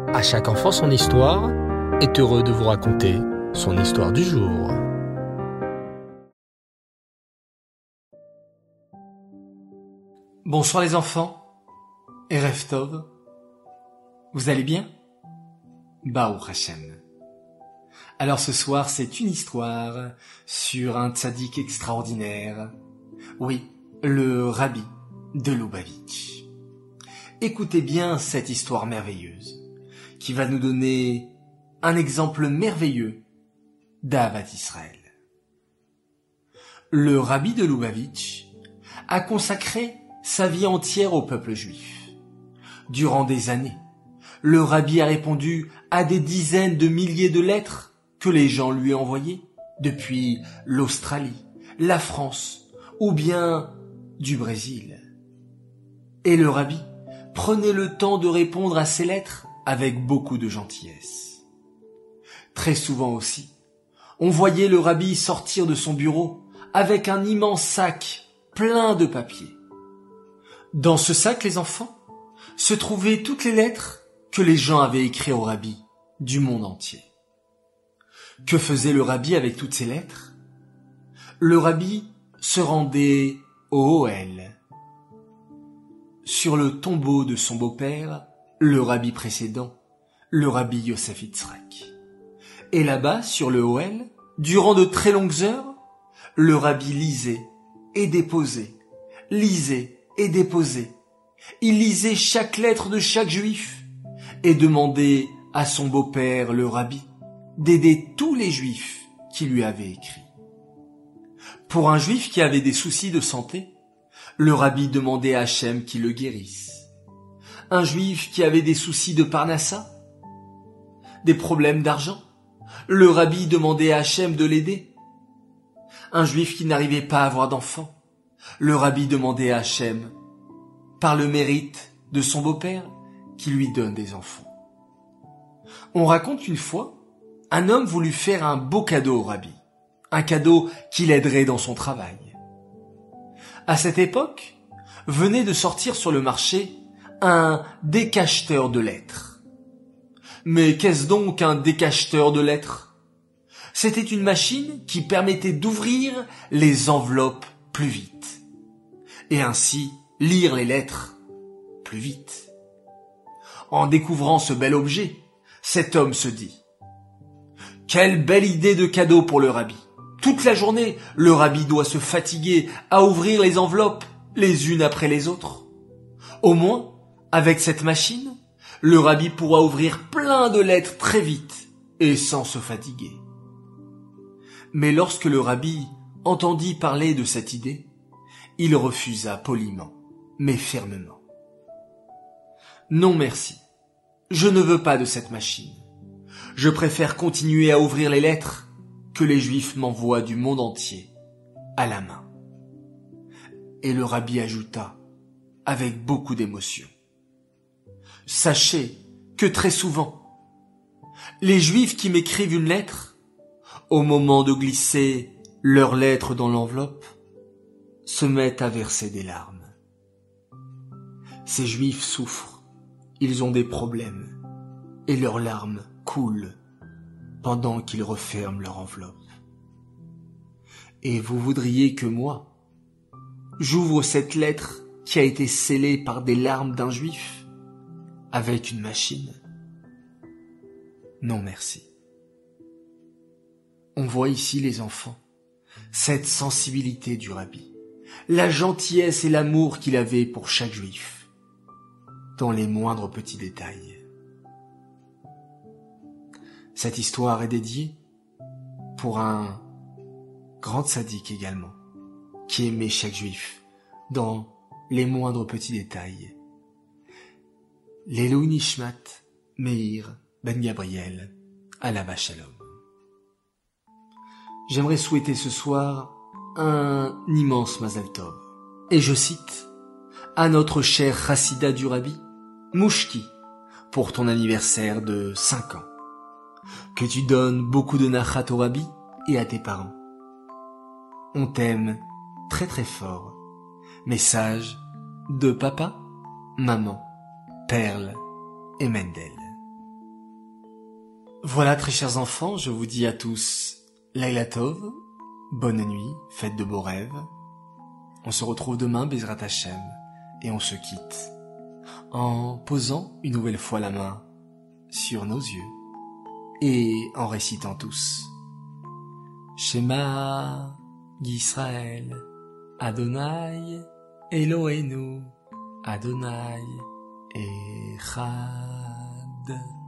À chaque enfant son histoire est heureux de vous raconter son histoire du jour. Bonsoir les enfants, Erev Tov, vous allez bien? Baruch Hashem. Alors ce soir c'est une histoire sur un tzaddik extraordinaire, oui, le Rabbi de Lubavitch. Écoutez bien cette histoire merveilleuse, qui va nous donner un exemple merveilleux d'Ahavat Israël. Le Rabbi de Lubavitch a consacré sa vie entière au peuple juif. Durant des années, le Rabbi a répondu à des dizaines de milliers de lettres que les gens lui envoyaient depuis l'Australie, la France ou bien du Brésil. Et le Rabbi prenait le temps de répondre à ces lettres avec beaucoup de gentillesse. Très souvent aussi, on voyait le Rabbi sortir de son bureau avec un immense sac plein de papier. Dans ce sac, les enfants, se trouvaient toutes les lettres que les gens avaient écrites au Rabbi du monde entier. Que faisait le Rabbi avec toutes ces lettres? Le Rabbi se rendait au Ohel. Sur le tombeau de son beau-père, le Rabbi précédent, le Rabbi Yosef Yitzhak. Et là-bas, sur le Ohel, durant de très longues heures, le Rabbi lisait et déposait, lisait et déposait. Il lisait chaque lettre de chaque juif et demandait à son beau-père, le Rabbi, d'aider tous les juifs qui lui avaient écrit. Pour un juif qui avait des soucis de santé, le Rabbi demandait à Hachem qu'il le guérisse. Un juif qui avait des soucis de parnassa, des problèmes d'argent, le Rabbi demandait à Hachem de l'aider. Un juif qui n'arrivait pas à avoir d'enfants, le Rabbi demandait à Hachem, par le mérite de son beau-père, qu'il lui donne des enfants. On raconte une fois, un homme voulut faire un beau cadeau au Rabbi, un cadeau qui l'aiderait dans son travail. À cette époque, venait de sortir sur le marché un décacheteur de lettres. Mais qu'est-ce donc un décacheteur de lettres? C'était une machine qui permettait d'ouvrir les enveloppes plus vite, et ainsi lire les lettres plus vite. En découvrant ce bel objet, cet homme se dit « Quelle belle idée de cadeau pour le Rabbi! Toute la journée, le Rabbi doit se fatiguer à ouvrir les enveloppes les unes après les autres. Au moins, avec cette machine, le Rabbi pourra ouvrir plein de lettres très vite et sans se fatiguer. » Mais lorsque le Rabbi entendit parler de cette idée, il refusa poliment, mais fermement. « Non merci, je ne veux pas de cette machine. Je préfère continuer à ouvrir les lettres que les Juifs m'envoient du monde entier, à la main. » Et le Rabbi ajouta, avec beaucoup d'émotion, « Sachez que très souvent, les Juifs qui m'écrivent une lettre, au moment de glisser leur lettre dans l'enveloppe, se mettent à verser des larmes. Ces Juifs souffrent, ils ont des problèmes, et leurs larmes coulent pendant qu'ils referment leur enveloppe. Et vous voudriez que moi, j'ouvre cette lettre qui a été scellée par des larmes d'un Juif avec une machine? Non merci. On voit ici, les enfants, cette sensibilité du Rabbi, la gentillesse et l'amour qu'il avait pour chaque Juif, dans les moindres petits détails. Cette histoire est dédiée pour un grand tzaddik également, qui aimait chaque Juif dans les moindres petits détails. L'Elohim Nishmat Meir Ben Gabriel, Alav Shalom. J'aimerais souhaiter ce soir un immense Mazal Tov. Et je cite, à notre cher Chassida du Rabbi, Mouchki, pour ton anniversaire de 5 ans. Que tu donnes beaucoup de nachat au Rabbi et à tes parents. On t'aime très très fort. Message de papa, maman, Perle et Mendel. Voilà, très chers enfants, je vous dis à tous Laila Tov, bonne nuit, faites de beaux rêves. On se retrouve demain, Bezrat Hashem, et on se quitte en posant une nouvelle fois la main sur nos yeux et en récitant tous Shema Yisrael, Adonai Eloheinu, Adonai Echad.